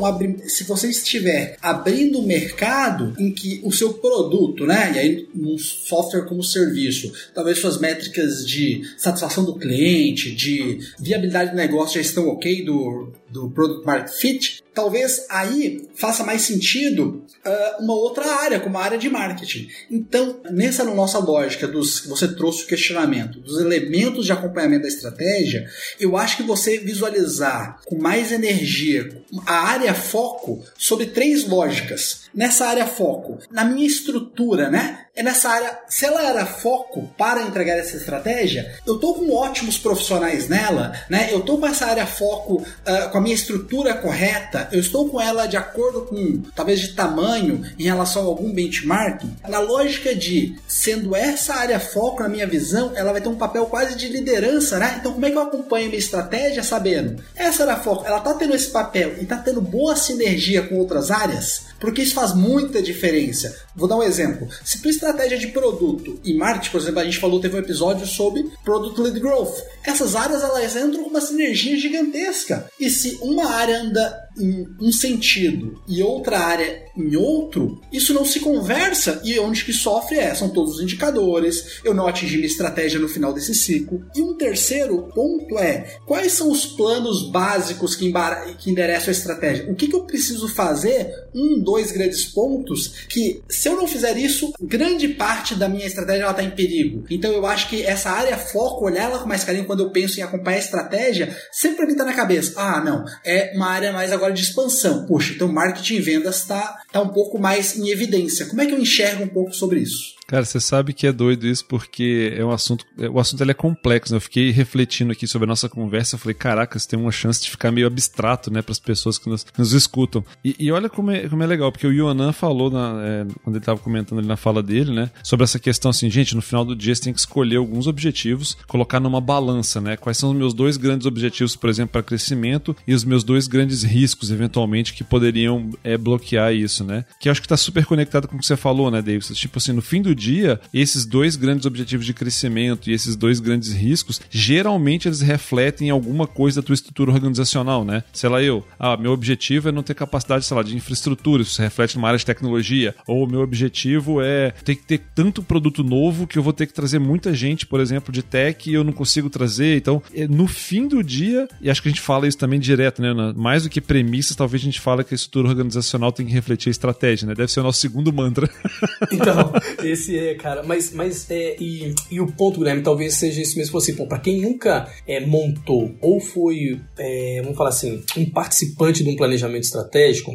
você estiver abrindo um mercado em que o seu produto, né, e aí um software como serviço, talvez suas métricas de satisfação do cliente, de viabilidade do negócio já estão ok do Product Market Fit, talvez aí faça mais sentido uma outra área, como a área de marketing. Então, nessa nossa lógica que você trouxe o questionamento dos elementos de acompanhamento da estratégia, eu acho que você visualizar com mais energia a área foco sobre 3 lógicas. Nessa área foco, na minha estrutura, né? É nessa área, se ela era foco para entregar essa estratégia, eu estou com ótimos profissionais nela, né? Eu estou com essa área foco com a minha estrutura correta, eu estou com ela de acordo com, talvez, de tamanho em relação a algum benchmarking. Na lógica de, sendo essa área foco, na minha visão, ela vai ter um papel quase de liderança, né? Então, como é que eu acompanho a minha estratégia sabendo? Essa área foco, ela está tendo esse papel e está tendo boa sinergia com outras áreas? Porque isso faz muita diferença. Vou dar um exemplo. Se tua estratégia de produto e marketing, por exemplo, a gente teve um episódio sobre Product Led Growth. Essas áreas, elas entram com uma sinergia gigantesca. E se uma área anda em um sentido e outra área em outro, isso não se conversa, e onde que sofre são todos os indicadores, eu não atingi minha estratégia no final desse ciclo. E um terceiro ponto quais são os planos básicos que endereçam a estratégia? O que eu preciso fazer? 2 grandes pontos que, se eu não fizer isso, grande parte da minha estratégia está em perigo. Então eu acho que essa área foco, olhar ela com mais carinho quando eu penso em acompanhar a estratégia, sempre pra mim tá na cabeça, não, é uma área mais agora de expansão. Puxa, então marketing e vendas tá um pouco mais em evidência. Como é que eu enxergo um pouco sobre isso? Cara, você sabe que é doido isso porque o assunto ele é complexo, né? Eu fiquei refletindo aqui sobre a nossa conversa, eu falei, caraca, você tem uma chance de ficar meio abstrato, né, para as pessoas que nos escutam. E olha como é legal, porque o Yonan falou, quando ele estava comentando ali na fala dele, né, sobre essa questão assim, gente, no final do dia você tem que escolher alguns objetivos, colocar numa balança, né? Quais são os meus 2 grandes objetivos, por exemplo, para crescimento e os meus 2 grandes riscos, eventualmente, que poderiam bloquear isso, né? Que eu acho que está super conectado com o que você falou, né, Davis? Tipo assim, no fim do dia, esses 2 grandes objetivos de crescimento e esses 2 grandes riscos, geralmente eles refletem alguma coisa da tua estrutura organizacional, né? Sei lá, meu objetivo é não ter capacidade, sei lá, de infraestrutura, isso reflete numa área de tecnologia, ou o meu objetivo é ter que ter tanto produto novo que eu vou ter que trazer muita gente, por exemplo, de tech e eu não consigo trazer. Então, no fim do dia, e acho que a gente fala isso também direto, né? Mais do que premissas, talvez a gente fala que a estrutura organizacional tem que refletir a estratégia, né? Deve ser o nosso segundo mantra. Então, esse cara, mas e o ponto, Guilherme, talvez seja isso mesmo, assim, pra quem nunca montou ou foi, vamos falar assim, um participante de um planejamento estratégico,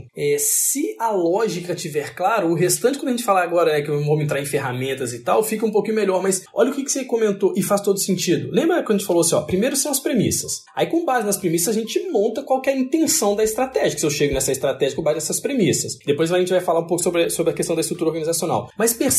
se a lógica tiver claro, o restante, quando a gente falar agora, que vamos entrar em ferramentas e tal, fica um pouquinho melhor, mas olha o que você comentou e faz todo sentido. Lembra quando a gente falou assim, primeiro são as premissas, aí com base nas premissas a gente monta qual que é a intenção da estratégia, que se eu chego nessa estratégia com base nessas premissas. Depois a gente vai falar um pouco sobre a questão da estrutura organizacional. Mas perceba que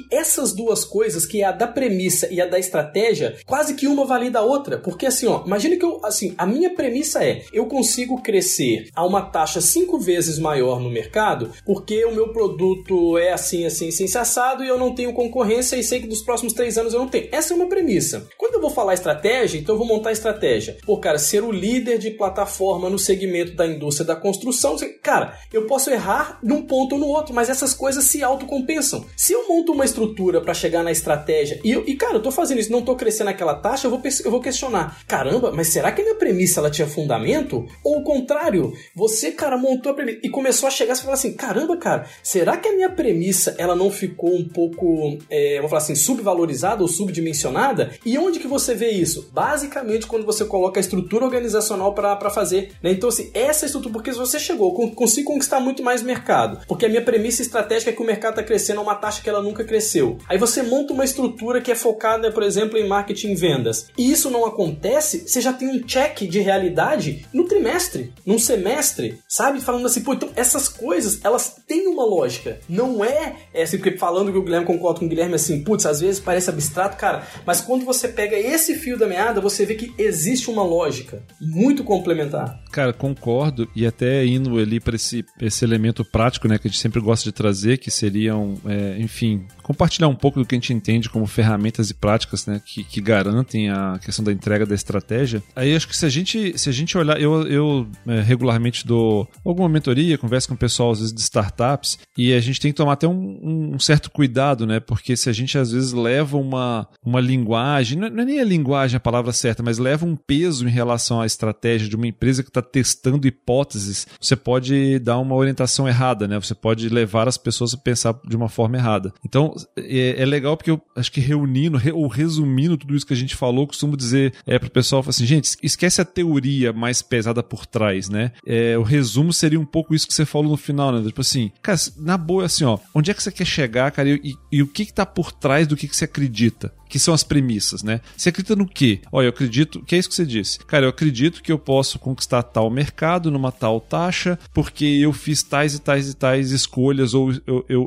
que essas duas coisas, que é a da premissa e a da estratégia, quase que uma valida a outra. Porque assim, ó, imagina que a minha premissa é, eu consigo crescer a uma taxa 5 vezes maior no mercado, porque o meu produto é assim, assado, e eu não tenho concorrência e sei que dos próximos 3 anos eu não tenho. Essa é uma premissa. Quando eu vou falar estratégia, então eu vou montar estratégia. Pô, cara, ser o líder de plataforma no segmento da indústria da construção, cara, eu posso errar num ponto ou no outro, mas essas coisas se autocompensam. Se eu monto uma estrutura para chegar na estratégia e cara, eu tô fazendo isso, não tô crescendo aquela taxa, eu vou questionar. Caramba, mas será que a minha premissa ela tinha fundamento? Ou o contrário, você, cara, montou a premissa e começou a chegar e falar assim, caramba, cara, será que a minha premissa ela não ficou um pouco, vamos falar assim, subvalorizada ou subdimensionada? E onde que você vê isso? Basicamente quando você coloca a estrutura organizacional para fazer, né? Então assim, essa estrutura, porque se você chegou, consigo conquistar muito mais mercado, porque a minha premissa estratégica é que o mercado está crescendo a uma taxa que ela nunca cresceu. Aí você monta uma estrutura que é focada, por exemplo, em marketing e vendas, e isso não acontece, você já tem um check de realidade no trimestre, num semestre, sabe? Falando assim, pô, então essas coisas, elas têm uma lógica. Não é assim, porque falando que o Guilherme, concorda com o Guilherme, assim, putz, às vezes parece abstrato, cara, mas quando você pega esse fio da meada, você vê que existe uma lógica muito complementar. Cara, concordo, e até indo ali para esse elemento prático, né, que a gente sempre gosta de trazer, que seriam, enfim, compartilhar um pouco do que a gente entende como ferramentas e práticas, né, que garantem a questão da entrega da estratégia. Aí acho que se a gente olhar, eu regularmente dou alguma mentoria, converso com o pessoal às vezes de startups, e a gente tem que tomar até um certo cuidado, né, porque se a gente às vezes leva uma linguagem, não é nem a linguagem a palavra certa, mas leva um peso em relação à estratégia de uma empresa que está testando hipóteses, você pode dar uma orientação errada, né, você pode levar as pessoas a pensar de uma forma errada. Então é legal porque eu acho que resumindo tudo isso que a gente falou, costumo dizer para o pessoal assim, gente, esquece a teoria mais pesada por trás, né? O resumo seria um pouco isso que você falou no final, né? Tipo assim, cara, na boa, assim, ó, onde é que você quer chegar, cara, e o que tá por trás do que você acredita? Que são as premissas, né? Você acredita no quê? Olha, eu acredito, que é isso que você disse. Cara, eu acredito que eu posso conquistar tal mercado numa tal taxa, porque eu fiz tais e tais e tais escolhas, ou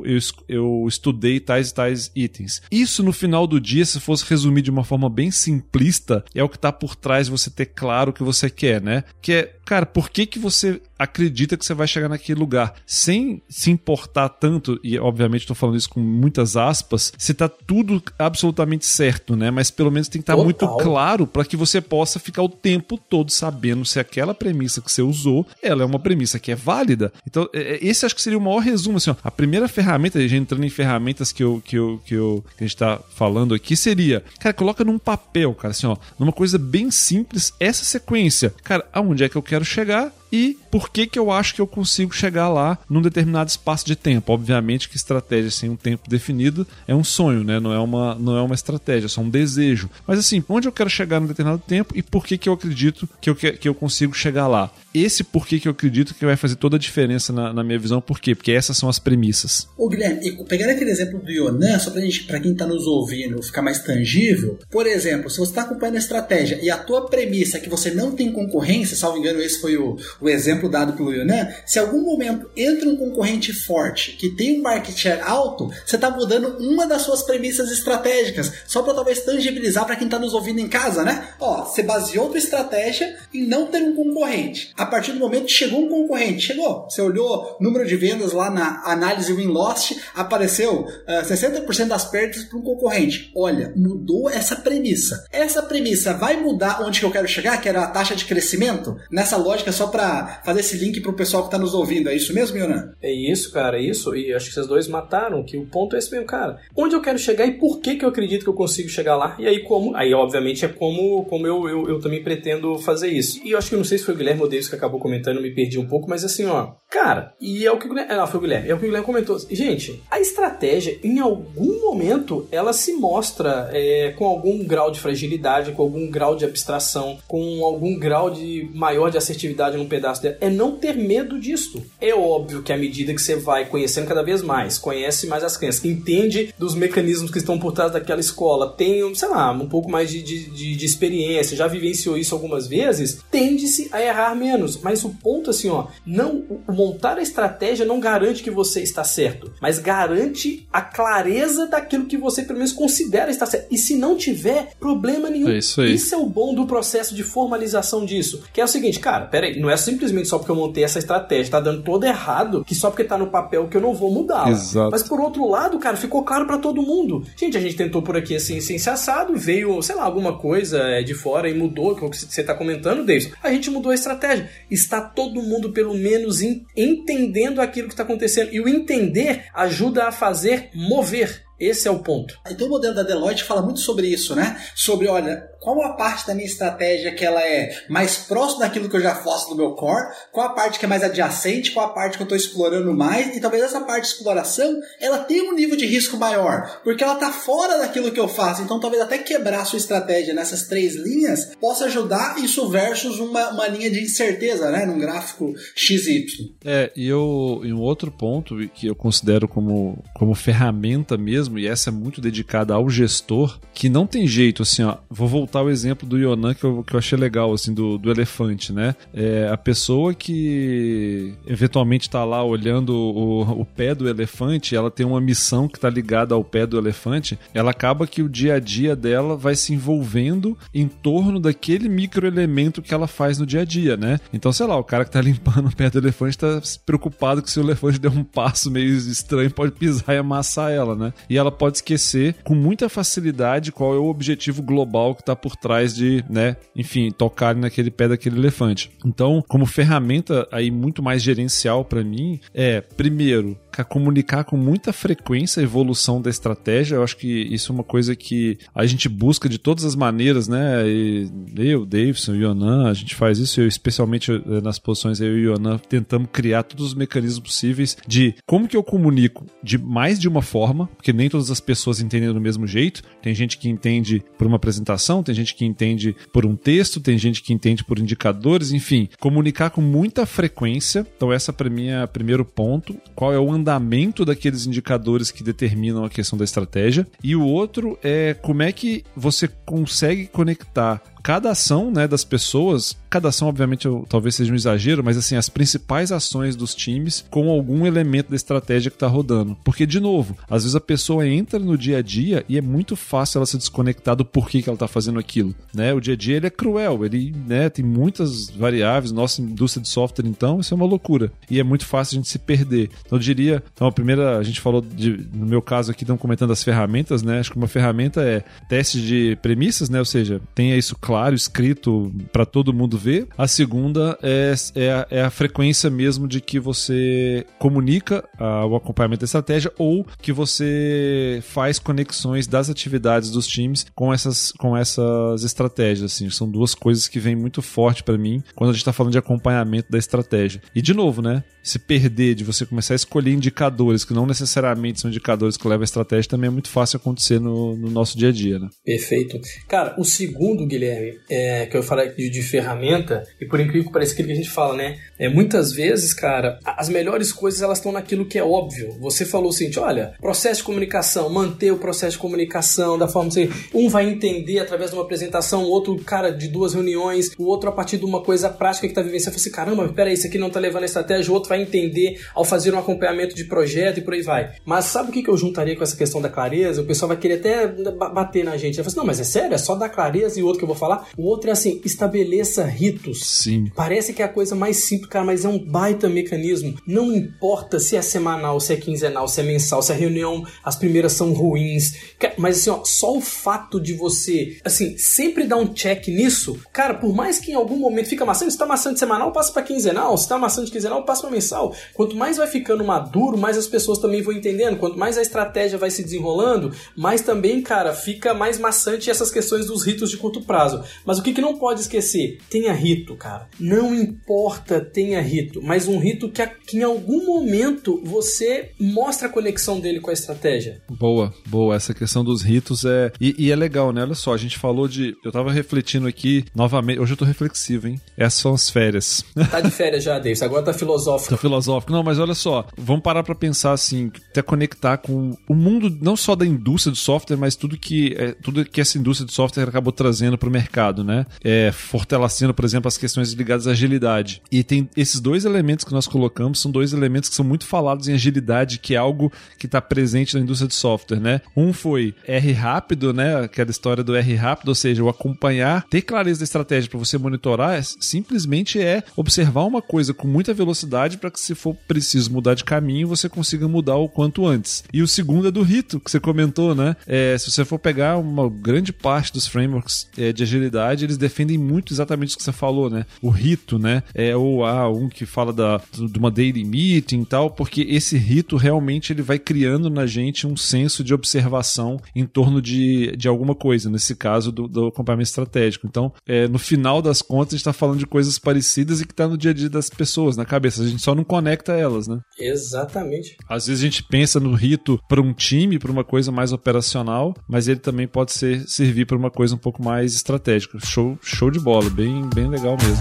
eu estudei tais e tais itens. Isso, no final do dia, se fosse resumir de uma forma bem simplista, é o que tá por trás de você ter claro o que você quer, né? Que é, cara, por que você acredita que você vai chegar naquele lugar? Sem se importar tanto, e obviamente estou falando isso com muitas aspas, se tá tudo absolutamente certo, né? Mas pelo menos tem que estar muito claro para que você possa ficar o tempo todo sabendo se aquela premissa que você usou, ela é uma premissa que é válida. Então, esse acho que seria o maior resumo, assim, ó. A primeira ferramenta, já entrando em ferramentas que a gente tá falando aqui, seria, cara, coloca num papel, cara, assim, ó, numa coisa bem simples, essa sequência. Cara, aonde é que eu quero chegar? E por que eu acho que eu consigo chegar lá num determinado espaço de tempo? Obviamente que estratégia sem um tempo definido é um sonho, né? Não é uma estratégia, é só um desejo. Mas assim, onde eu quero chegar num determinado tempo e por que eu acredito que eu consigo chegar lá? Esse porquê que eu acredito que vai fazer toda a diferença na minha visão. Por quê? Porque essas são as premissas. Ô Guilherme, pegando aquele exemplo do Yonan, só pra quem tá nos ouvindo ficar mais tangível, por exemplo, se você tá acompanhando a estratégia e a tua premissa é que você não tem concorrência, salvo engano, esse foi o exemplo dado pelo Yonan, se em algum momento entra um concorrente forte que tem um market share alto, você está mudando uma das suas premissas estratégicas, só para talvez tangibilizar para quem está nos ouvindo em casa, né? Ó, você baseou tua estratégia em não ter um concorrente. A partir do momento que chegou um concorrente, você olhou número de vendas lá na análise win-loss, apareceu 60% das perdas para um concorrente. Olha, mudou essa premissa. Essa premissa vai mudar onde que eu quero chegar, que era a taxa de crescimento? Nessa lógica, só para fazer esse link pro pessoal que tá nos ouvindo. É isso mesmo, Yonan? É isso, cara, é isso. E acho que vocês dois mataram, que o ponto é esse mesmo, cara. Onde eu quero chegar e por que eu acredito que eu consigo chegar lá? E aí como? Aí, obviamente, é como eu também pretendo fazer isso. E eu acho que, não sei se foi o Guilherme ou Davis que acabou comentando, eu me perdi um pouco, mas assim, ó, cara, e é o que o Guilherme... Não, foi o Guilherme. É o que o Guilherme comentou. Gente, a estratégia, em algum momento, ela se mostra com algum grau de fragilidade, com algum grau de abstração, com algum grau maior de assertividade num pedaço dela. É não ter medo disso. É óbvio que à medida que você vai conhecendo cada vez mais, conhece mais as crenças, entende dos mecanismos que estão por trás daquela escola, tem, sei lá, um pouco mais de experiência, já vivenciou isso algumas vezes, tende-se a errar menos. menos, mas o ponto assim, ó, não, montar a estratégia não garante que você está certo, mas garante a clareza daquilo que você pelo menos considera estar certo. E se não tiver, problema nenhum. É isso aí. Isso é o bom do processo de formalização disso. Que é o seguinte, cara, peraí, não é simplesmente só porque eu montei essa estratégia, tá dando todo errado, que só porque tá no papel que eu não vou mudar. Exato. Mas por outro lado, cara, ficou claro pra todo mundo. Gente, a gente tentou por aqui assim, sem ser assado, veio, sei lá, alguma coisa de fora e mudou, que é o que você tá comentando, Davis. A gente mudou a estratégia. Está todo mundo, pelo menos, entendendo aquilo que está acontecendo. E o entender ajuda a fazer mover. Esse é o ponto. Então o modelo da Deloitte fala muito sobre isso, né? Sobre, olha, qual a parte da minha estratégia que ela é mais próxima daquilo que eu já faço no meu core, qual a parte que é mais adjacente, qual a parte que eu estou explorando mais, e talvez essa parte de exploração, ela tenha um nível de risco maior, porque ela está fora daquilo que eu faço, então talvez até quebrar a sua estratégia nessas 3 linhas possa ajudar isso versus uma linha de incerteza, né? Num gráfico XY. E um outro ponto que eu considero como ferramenta mesmo, e essa é muito dedicada ao gestor, que não tem jeito, assim, ó, vou voltar ao exemplo do Yonan que eu achei legal, assim, do elefante, né? A pessoa que eventualmente tá lá olhando o pé do elefante, ela tem uma missão que tá ligada ao pé do elefante, ela acaba que o dia a dia dela vai se envolvendo em torno daquele microelemento que ela faz no dia a dia, né? Então, sei lá, o cara que tá limpando o pé do elefante tá preocupado que se o elefante der um passo meio estranho, pode pisar e amassar ela, né? E ela pode esquecer com muita facilidade qual é o objetivo global que está por trás de, né, enfim, tocar naquele pé daquele elefante. Então, como ferramenta aí muito mais gerencial para mim, primeiro, comunicar com muita frequência a evolução da estratégia. Eu acho que isso é uma coisa que a gente busca de todas as maneiras, né? Eu, Davidson, o Yonan, a gente faz isso, especialmente nas posições eu e o Yonan, tentamos criar todos os mecanismos possíveis de como que eu comunico de mais de uma forma, porque nem todas as pessoas entendem do mesmo jeito. Tem gente que entende por uma apresentação, tem gente que entende por um texto, tem gente que entende por indicadores, enfim, comunicar com muita frequência. Então essa para mim é o primeiro ponto. Qual é o andamento daqueles indicadores que determinam a questão da estratégia? E o outro é como é que você consegue conectar cada ação, né, das pessoas, cada ação obviamente talvez seja um exagero, mas assim, as principais ações dos times com algum elemento da estratégia que está rodando. Porque, de novo, às vezes a pessoa entra no dia a dia e é muito fácil ela se desconectar do porquê que ela está fazendo aquilo, né? O dia a dia ele é cruel, ele, né, tem muitas variáveis, nossa indústria de software então, isso é uma loucura. E é muito fácil a gente se perder. Então eu diria, a primeira, a gente falou no meu caso aqui, estamos comentando as ferramentas, né? Acho que uma ferramenta é teste de premissas, né? Ou seja, tenha isso claro, escrito para todo mundo ver. A segunda é a frequência mesmo de que você comunica o acompanhamento da estratégia ou que você faz conexões das atividades dos times com essas estratégias. Assim. São duas coisas que vêm muito forte para mim quando a gente está falando de acompanhamento da estratégia. E de novo, né? Se perder de você começar a escolher indicadores que não necessariamente são indicadores que levam a estratégia também é muito fácil acontecer no nosso dia a dia, né? Perfeito. Cara, o segundo, Guilherme, que eu falei de ferramenta, e por incrível que pareça aquilo que a gente fala, né? Muitas vezes, cara, as melhores coisas elas estão naquilo que é óbvio. Você falou o seguinte, olha, processo de comunicação, manter o processo de comunicação da forma que um vai entender através de uma apresentação, o outro, cara, de 2 reuniões, o outro a partir de uma coisa prática que tá vivenciando. Você fala assim, caramba, peraí, isso aqui não tá levando a estratégia, o outro vai entender ao fazer um acompanhamento de projeto e por aí vai. Mas sabe o que eu juntaria com essa questão da clareza? O pessoal vai querer até bater na gente. Vai falar assim, não, mas é sério? É só dar clareza e o outro que eu vou falar? O outro é assim, estabeleça ritos. Sim. Parece que é a coisa mais simples, cara, mas é um baita mecanismo. Não importa se é semanal, se é quinzenal, se é mensal, se a reunião, as primeiras são ruins. Mas assim, ó, só o fato de você, assim, sempre dar um check nisso, cara, por mais que em algum momento fica maçante, se tá maçante de semanal, passa pra quinzenal, se tá maçante de quinzenal, passa pra mensal. Quanto mais vai ficando maduro, mais as pessoas também vão entendendo. Quanto mais a estratégia vai se desenrolando, mais também, cara, fica mais maçante essas questões dos ritos de curto prazo. Mas o que não pode esquecer? Tenha rito, cara. Não importa, tenha rito. Mas um rito que em algum momento você mostra a conexão dele com a estratégia. Boa. Essa questão dos ritos é... E é legal, né? Olha só, a gente falou de... Eu tava refletindo aqui novamente. Hoje eu tô reflexivo, hein? Essas são as férias. Tá de férias já, Davis. Agora tá filosófico. Tá filosófico. Não, mas olha só. Vamos parar pra pensar assim, até conectar com o mundo, não só da indústria de software, mas tudo que essa indústria de software acabou trazendo pro mercado mercado, né? Fortalecendo, por exemplo, as questões ligadas à agilidade. E tem esses dois elementos que nós colocamos, são dois elementos que são muito falados em agilidade, que é algo que está presente na indústria de software, né? Um foi R rápido, né? Aquela história do R rápido, ou seja, o acompanhar, ter clareza da estratégia para você monitorar, simplesmente é observar uma coisa com muita velocidade para que, se for preciso mudar de caminho, você consiga mudar o quanto antes. E o segundo é do rito, que você comentou, né? Se você for pegar uma grande parte dos frameworks de agilidade, eles defendem muito exatamente o que você falou, né? O rito, né? Ou um que fala de uma daily meeting e tal, porque esse rito realmente ele vai criando na gente um senso de observação em torno de alguma coisa, nesse caso do acompanhamento estratégico. Então, no final das contas, a gente está falando de coisas parecidas e que está no dia a dia das pessoas, na cabeça. A gente só não conecta elas, né? Exatamente. Às vezes a gente pensa no rito para um time, para uma coisa mais operacional, mas ele também pode servir para uma coisa um pouco mais estratégica. Show de bola, bem, bem legal mesmo.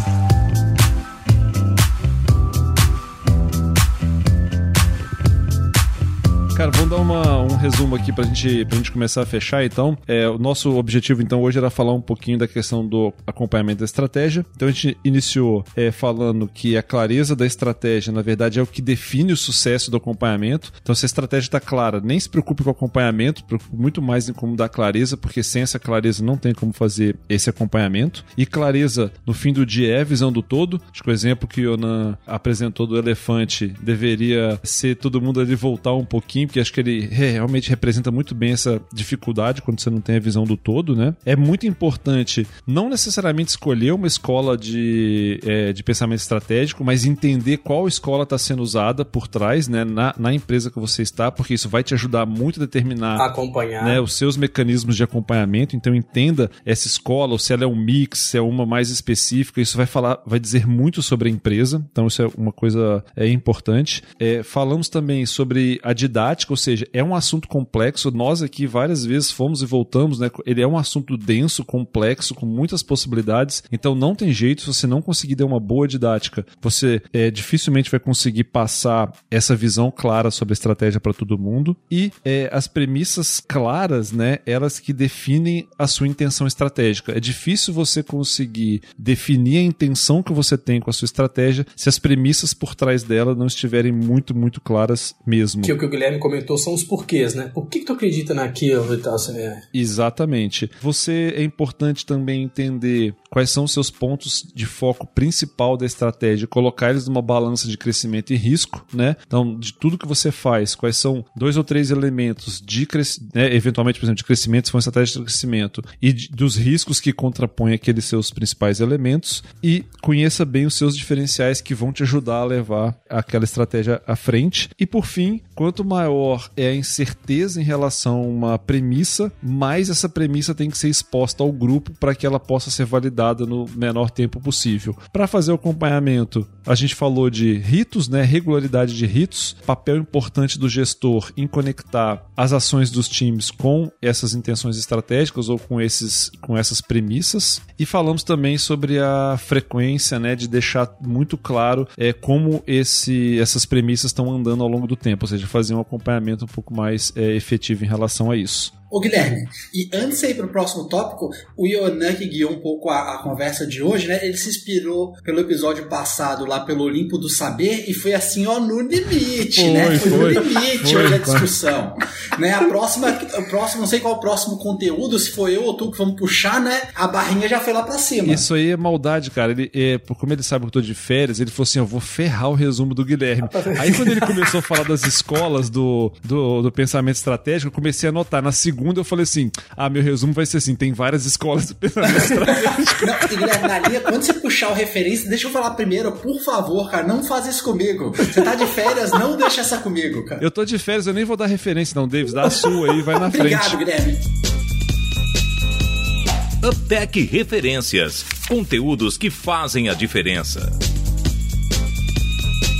Cara, vamos dar um resumo aqui pra gente começar a fechar, então. O nosso objetivo, então, hoje era falar um pouquinho da questão do acompanhamento da estratégia. Então, a gente iniciou falando que a clareza da estratégia, na verdade, é o que define o sucesso do acompanhamento. Então, se a estratégia está clara, nem se preocupe com o acompanhamento, preocupe muito mais em como dar clareza, porque sem essa clareza não tem como fazer esse acompanhamento. E clareza, no fim do dia, é a visão do todo. Acho que o exemplo que o Yonan apresentou do elefante deveria ser todo mundo ali voltar um pouquinho, porque acho que ele realmente representa muito bem essa dificuldade quando você não tem a visão do todo, né? É muito importante não necessariamente escolher uma escola de pensamento estratégico, mas entender qual escola está sendo usada por trás, né, na empresa que você está, porque isso vai te ajudar muito a determinar, acompanhar, né, os seus mecanismos de acompanhamento. Então entenda essa escola, ou se ela é um mix, se é uma mais específica, isso vai dizer muito sobre a empresa. Então isso é uma coisa importante. Falamos também sobre a didática, ou seja, é um assunto complexo. Nós aqui várias vezes fomos e voltamos, né? Ele é um assunto denso, complexo, com muitas possibilidades. Então não tem jeito, se você não conseguir dar uma boa didática, você dificilmente vai conseguir passar essa visão clara sobre a estratégia para todo mundo. E as premissas claras, né? Elas que definem a sua intenção estratégica. É difícil você conseguir definir a intenção que você tem com a sua estratégia se as premissas por trás dela não estiverem muito, muito claras mesmo. Que o Guilherme comentou são os porquês, né? Por que tu acredita naquilo e tal? Exatamente. É importante também entender quais são os seus pontos de foco principal da estratégia, colocar eles numa balança de crescimento e risco, né? Então, de tudo que você faz, quais são 2 ou 3 elementos eventualmente, por exemplo, de crescimento, se for uma estratégia de crescimento, e dos riscos que contrapõem aqueles seus principais elementos, e conheça bem os seus diferenciais que vão te ajudar a levar aquela estratégia à frente. E por fim, quanto maior é a incerteza em relação a uma premissa, mais essa premissa tem que ser exposta ao grupo para que ela possa ser validada no menor tempo possível. Para fazer o acompanhamento, a gente falou de ritos, né? Regularidade de ritos, papel importante do gestor em conectar as ações dos times com essas intenções estratégicas ou com essas premissas. E falamos também sobre a frequência, né? De deixar muito claro como essas premissas estão andando ao longo do tempo, ou seja, fazer um acompanhamento um pouco mais efetivo em relação a isso. Ô Guilherme, e antes de ir para o próximo tópico, o Yonan, que guiou um pouco a conversa de hoje, né? Ele se inspirou pelo episódio passado lá pelo Olimpo do Saber e foi assim, no limite, né? Foi no limite hoje a discussão. Né? O próximo, não sei qual é o próximo conteúdo, se foi eu ou tu que vamos puxar, né? A barrinha já foi lá pra cima. Isso aí é maldade, cara. Como ele sabe que eu tô de férias, ele falou assim, eu vou ferrar o resumo do Guilherme. Aí quando ele começou a falar das escolas do pensamento estratégico, eu comecei a anotar. Na segunda eu falei assim, meu resumo vai ser assim, tem várias escolas de pensamento estratégico. Não, Guilherme, na linha, quando você puxar o referência, deixa eu falar primeiro, por favor, cara, não faz isso comigo. Você tá de férias, não deixa essa comigo, cara. Eu tô de férias, eu nem vou dar referência não, Davis, dá a sua aí, vai na frente. Obrigado, Guilherme. UpTech Referências, conteúdos que fazem a diferença.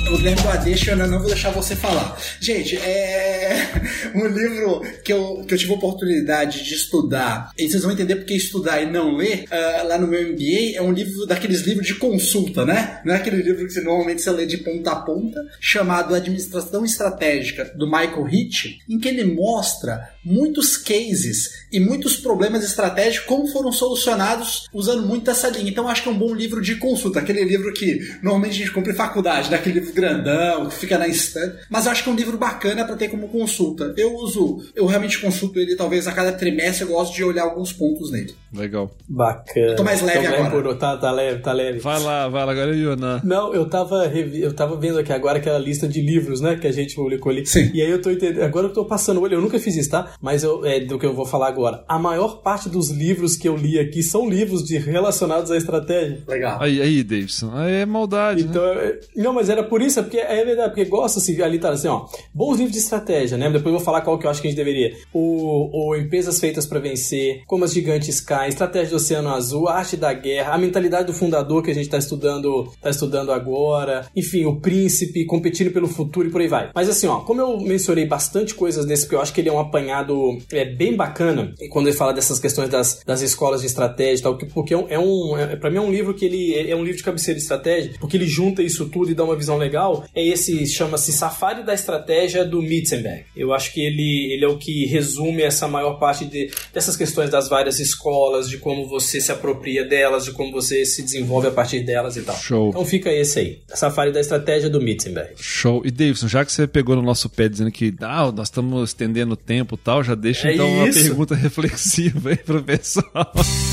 O Guilherme deu a deixa, eu não vou deixar você falar. Gente, um livro que eu tive a oportunidade de estudar, e vocês vão entender porque estudar e não ler, lá no meu MBA, é um livro daqueles livros de consulta, né? Não é aquele livro que normalmente você lê de ponta a ponta, chamado Administração Estratégica, do Michael Hitch, em que ele mostra muitos cases e muitos problemas estratégicos, como foram solucionados usando muito essa linha. Então acho que é um bom livro de consulta, aquele livro que normalmente a gente compra em faculdade, daquele livro grandão, que fica na estante, mas eu acho que é um livro bacana para ter como consulta. Eu realmente consulto ele talvez a cada trimestre, eu gosto de olhar alguns pontos nele. Legal. Bacana. Eu tô mais leve agora. Tá leve. Vai lá, agora é o Yonan. Não, eu tava vendo aqui agora aquela lista de livros, né, que a gente publicou ali. Sim. E aí eu tô entendendo, agora eu tô passando o olho, eu nunca fiz isso, tá? Mas do que eu vou falar agora. A maior parte dos livros que eu li aqui são livros relacionados à estratégia. Legal. Aí, Davidson, aí é maldade, então, né? Não, mas era por isso, porque é verdade, porque gosta assim, ali tá assim, ó, bons livros de estratégia, né? Depois eu vou falar qual que eu acho que a gente deveria. O Empresas Feitas para Vencer, Como as Gigantes Caem, Estratégia do Oceano Azul, A Arte da Guerra, A Mentalidade do Fundador, que a gente tá estudando agora, enfim, O Príncipe, Competindo pelo Futuro e por aí vai. Mas assim, ó, como eu mencionei bastante coisas nesse, porque eu acho que ele é um apanhado bem bacana, quando ele fala dessas questões das escolas de estratégia e tal, porque pra mim é um livro que ele é um livro de cabeceira de estratégia, porque ele junta isso tudo e dá uma visão legal. Chama-se Safari da Estratégia, do Mitzenberg. Eu acho que ele é o que resume essa maior parte dessas questões das várias escolas, de como você se apropria delas, de como você se desenvolve a partir delas e tal. Show. Então fica esse aí, Safari da Estratégia, do Mitzenberg. Show. E Davidson, já que você pegou no noso pé dizendo que nós estamos estendendo o tempo e tal, já deixa então uma pergunta reflexiva aí pro pessoal.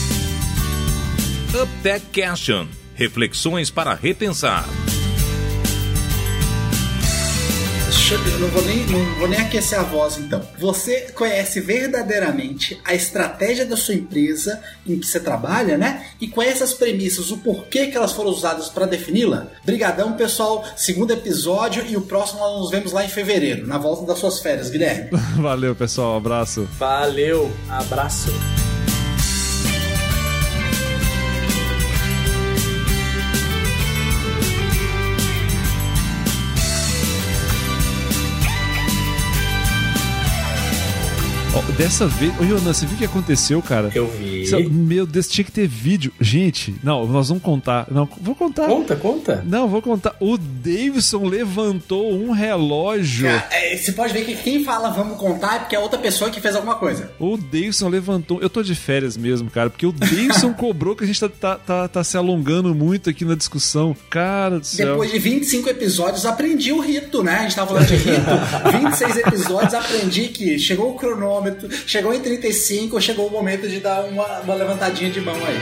UpTech Question. Reflexões para repensar. Eu não vou nem aquecer a voz, então. Você conhece verdadeiramente a estratégia da sua empresa em que você trabalha, né? E conhece as premissas, o porquê que elas foram usadas para defini-la? Brigadão, pessoal. Segundo episódio e o próximo nós nos vemos lá em fevereiro, na volta das suas férias, Guilherme. Valeu, pessoal. Abraço. Valeu. Abraço. Dessa vez... Ô, Yonan, você viu o que aconteceu, cara? Eu vi. Meu Deus, tinha que ter vídeo. Gente, não, nós vamos contar. Não, vou contar. Conta. Não, vou contar. O Davidson levantou um relógio. Você pode ver que quem fala vamos contar é porque é outra pessoa que fez alguma coisa. O Davidson levantou... Eu tô de férias mesmo, cara, porque o Davidson cobrou que a gente tá se alongando muito aqui na discussão. Cara do céu. Depois de 25 episódios, aprendi o rito, né? A gente tava falando de rito. 26 episódios, aprendi que chegou o cronômetro, chegou em 35, chegou o momento de dar uma levantadinha de mão aí.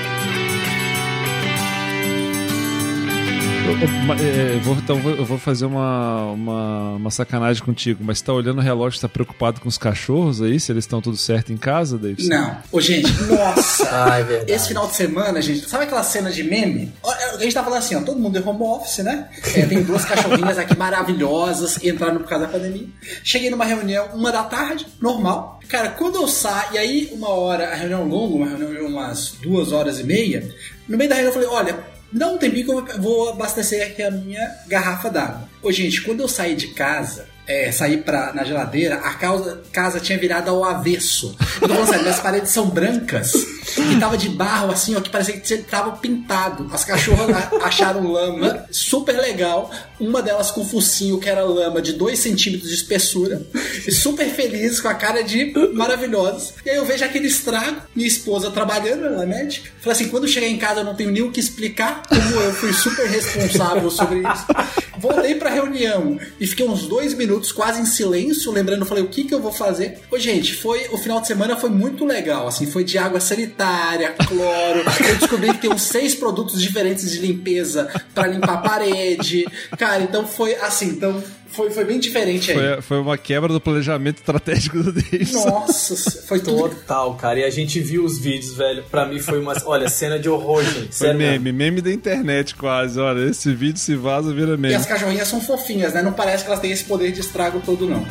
Eu vou fazer uma sacanagem contigo, mas você tá olhando o relógio, tá preocupado com os cachorros aí, se eles estão tudo certo em casa, Davidson? Não. Ô, gente, nossa! Ai, verdade. Esse final de semana, gente, sabe aquela cena de meme? A gente tá falando assim, ó, todo mundo é home office, né? Tem duas cachorrinhas aqui maravilhosas, entraram por causa da pandemia. Cheguei numa reunião, 1h, normal. Cara, quando eu saio, e aí uma hora, a reunião longa, uma reunião de umas 2h30, no meio da reunião eu falei, olha, dá um tempinho que eu vou abastecer aqui a minha garrafa d'água. Ô, gente, quando eu saí de casa, saí na geladeira, a casa tinha virado ao avesso. Eu tô falando sério, minhas paredes são brancas e tava de barro assim, ó, que parecia que tava pintado. As cachorras acharam lama, super legal. Uma delas com focinho, que era lama de 2 centímetros de espessura, e super feliz, com a cara de maravilhosa. E aí eu vejo aquele estrago, minha esposa trabalhando, ela é médica. Falei assim, quando chegar em casa eu não tenho nem o que explicar, como eu fui super responsável sobre isso. Voltei pra reunião e fiquei uns 2 minutos quase em silêncio, lembrando, falei, o que eu vou fazer? Ô, gente, o final de semana foi muito legal, assim, foi de água sanitária, cloro, eu descobri que tem uns 6 produtos diferentes de limpeza pra limpar a parede, cara, então foi assim, foi bem diferente aí. Foi uma quebra do planejamento estratégico do Davidson. Nossa, foi total, cara. E a gente viu os vídeos, velho. Pra mim foi uma... Olha, cena de horror, gente. Foi meme da internet quase. Olha, esse vídeo se vaza, vira meme. E as cachorrinhas são fofinhas, né? Não parece que elas têm esse poder de estrago todo, não.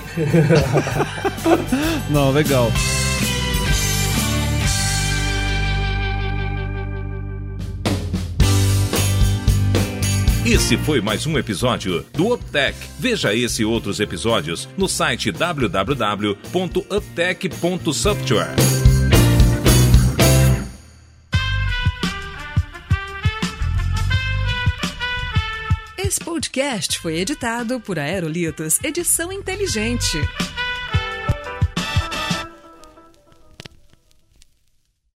Não, legal. Esse foi mais um episódio do UpTech. Veja esse e outros episódios no site www.uptech.software. Esse podcast foi editado por Aerolitos Edição Inteligente.